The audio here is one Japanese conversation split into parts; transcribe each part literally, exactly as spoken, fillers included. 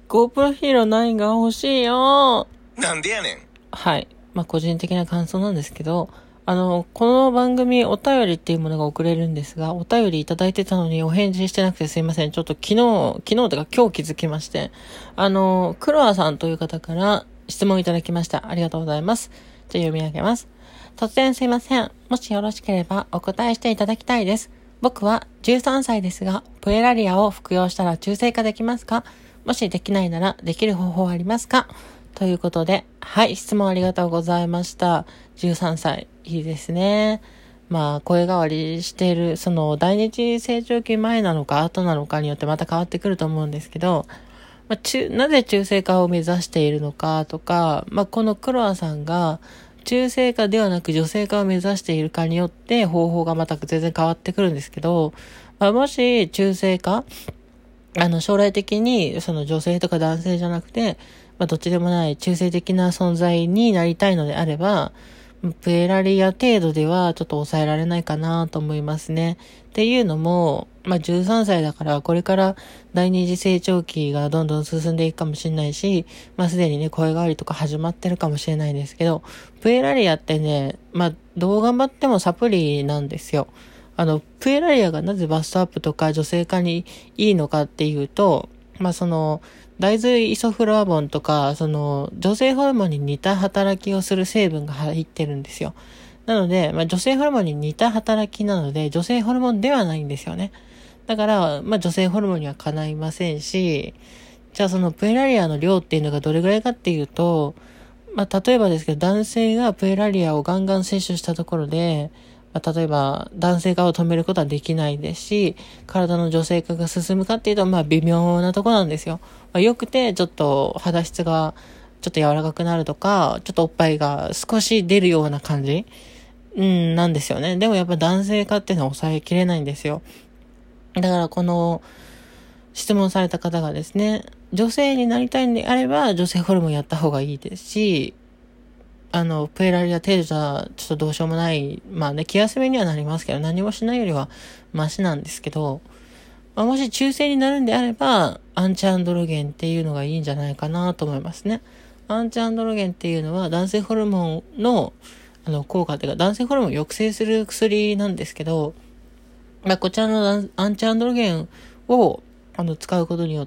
GoPro Hero ナインが欲しいよ。 なんでやねん。 はい。まあ、個人的な感想なんですけど、あの、この番組お便りっていうものが送れるんですが、お便りいただいてたのにお返事してなくてすいません。ちょっと昨日、昨日とか今日気づきまして、あの、クロアさんという方から質問いただきました。ありがとうございます。じゃあ読み上げます。突然すいません。もしよろしければお答えしていただきたいです。僕はじゅうさんさいですが、プエラリアを服用したら中性化できますか？もしできないならできる方法はありますか？ということで、はい、質問ありがとうございました。じゅうさんさい、いいですね。まあ、声変わりしている、その、第二次成長期前なのか後なのかによってまた変わってくると思うんですけど、まあ、中なぜ中性化を目指しているのかとか、まあ、このクロアさんが、中性化ではなく女性化を目指しているかによって方法がまた全然変わってくるんですけど、まあ、もし中性化、あの将来的にその女性とか男性じゃなくて、まあ、どっちでもない中性的な存在になりたいのであれば、プエラリア程度ではちょっと抑えられないかなと思いますね。っていうのも、まあ、じゅうさんさいだからこれから第二次成長期がどんどん進んでいくかもしれないし、まあ、すでにね、声変わりとか始まってるかもしれないんですけど、プエラリアってね、まあ、どう頑張ってもサプリなんですよ。あの、プエラリアがなぜバストアップとか女性化にいいのかっていうと、まあ、その、大豆イソフラボンとか、その、女性ホルモンに似た働きをする成分が入ってるんですよ。なので、まあ、女性ホルモンに似た働きなので、女性ホルモンではないんですよね。だから、まあ、女性ホルモンにはかないませんし、じゃあそのプエラリアの量っていうのがどれぐらいかっていうと、まあ、例えばですけど、男性がプエラリアをガンガン摂取したところで、まあ、例えば男性化を止めることはできないですし、体の女性化が進むかっていうと、まあ微妙なところなんですよ。まあ、よくてちょっと肌質がちょっと柔らかくなるとか、ちょっとおっぱいが少し出るような感じ、うん、なんですよね。でもやっぱ男性化っていうのは抑えきれないんですよ。だからこの質問された方がですね、女性になりたいんであれば女性ホルモンやった方がいいですし、あの、プエラリア程度じゃ、ちょっとどうしようもない。まあね、気休めにはなりますけど、何もしないよりはマシなんですけど、まあ、もし中性になるんであれば、アンチアンドロゲンっていうのがいいんじゃないかなと思いますね。アンチアンドロゲンっていうのは男性ホルモンの、あの、効果というか、男性ホルモンを抑制する薬なんですけど、まあ、こちらのアンチアンドロゲンを、あの、使うことによって、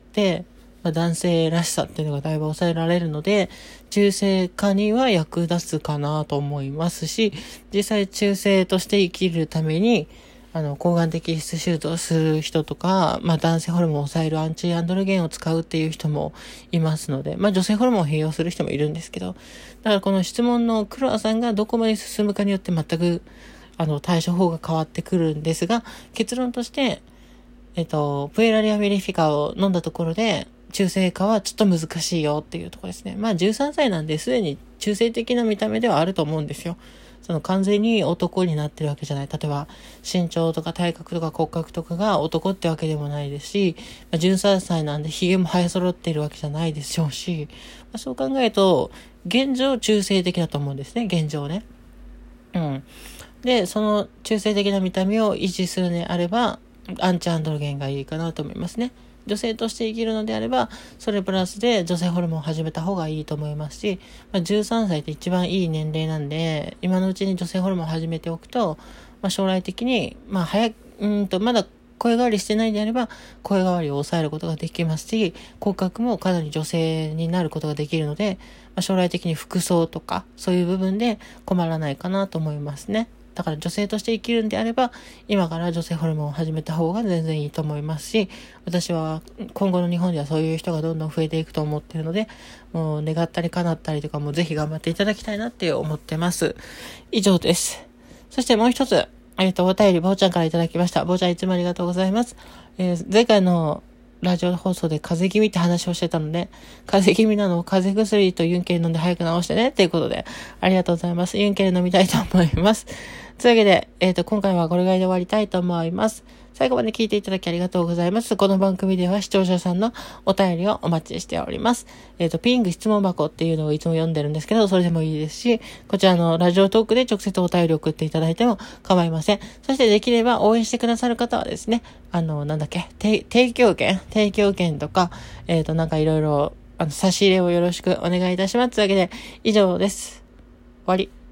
まあ、男性らしさっていうのがだいぶ抑えられるので、中性化には役立つかなと思いますし、実際中性として生きるために、あの、抗がん摘出手術をする人とか、まあ男性ホルモンを抑えるアンチアンドロゲンを使うっていう人もいますので、まあ女性ホルモンを併用する人もいるんですけど、だからこの質問のクロアさんがどこまで進むかによって全く、あの、対処法が変わってくるんですが、結論として、えっと、プエラリアメリフィカを飲んだところで、中性化はちょっと難しいよっていうところですね。まあじゅうさんさいなんですでに中性的な見た目ではあると思うんですよ。その完全に男になってるわけじゃない。例えば身長とか体格とか骨格とかが男ってわけでもないですし、まあ、じゅうさんさいなんで髭も生え揃っているわけじゃないでしょうし、まあ、そう考えると現状中性的だと思うんですね。現状ね。うん。で、その中性的な見た目を維持するのであれば、アンチアンドロゲンがいいかなと思いますね。女性として生きるのであれば、それプラスで女性ホルモンを始めた方がいいと思いますし、まあ、じゅうさんさいって一番いい年齢なんで、今のうちに女性ホルモンを始めておくと、まあ、将来的に、まあ、早く、うんと、まだ声変わりしてないんであれば、声変わりを抑えることができますし、骨格もかなり女性になることができるので、まあ、将来的に服装とか、そういう部分で困らないかなと思いますね。だから女性として生きるんであれば、今から女性ホルモンを始めた方が全然いいと思いますし、私は今後の日本ではそういう人がどんどん増えていくと思っているので、もう願ったり叶ったりとかもぜひ頑張っていただきたいなって思ってます。以上です。そしてもう一つ、えっと、お便り、ぼうちゃんからいただきました。ぼうちゃんいつもありがとうございます。えー、前回のラジオ放送で風邪気味って話をしてたので、風邪気味なのを風邪薬とユンケル飲んで早く治してねっていうことで、ありがとうございます。ユンケル飲みたいと思います。というわけで、えっと、今回はこれぐらいで終わりたいと思います。 最後まで聞いていただきありがとうございます。この番組では視聴者さんのお便りをお待ちしております。えっと、ピング質問箱っていうのをいつも読んでるんですけど、それでもいいですし、こちらのラジオトークで直接お便りを送っていただいても構いません。そしてできれば応援してくださる方はですね、あの、なんだっけ、提供券提供券とか、えっと、なんかいろいろ、あの、差し入れをよろしくお願いいたします。というわけで、以上です。終わり。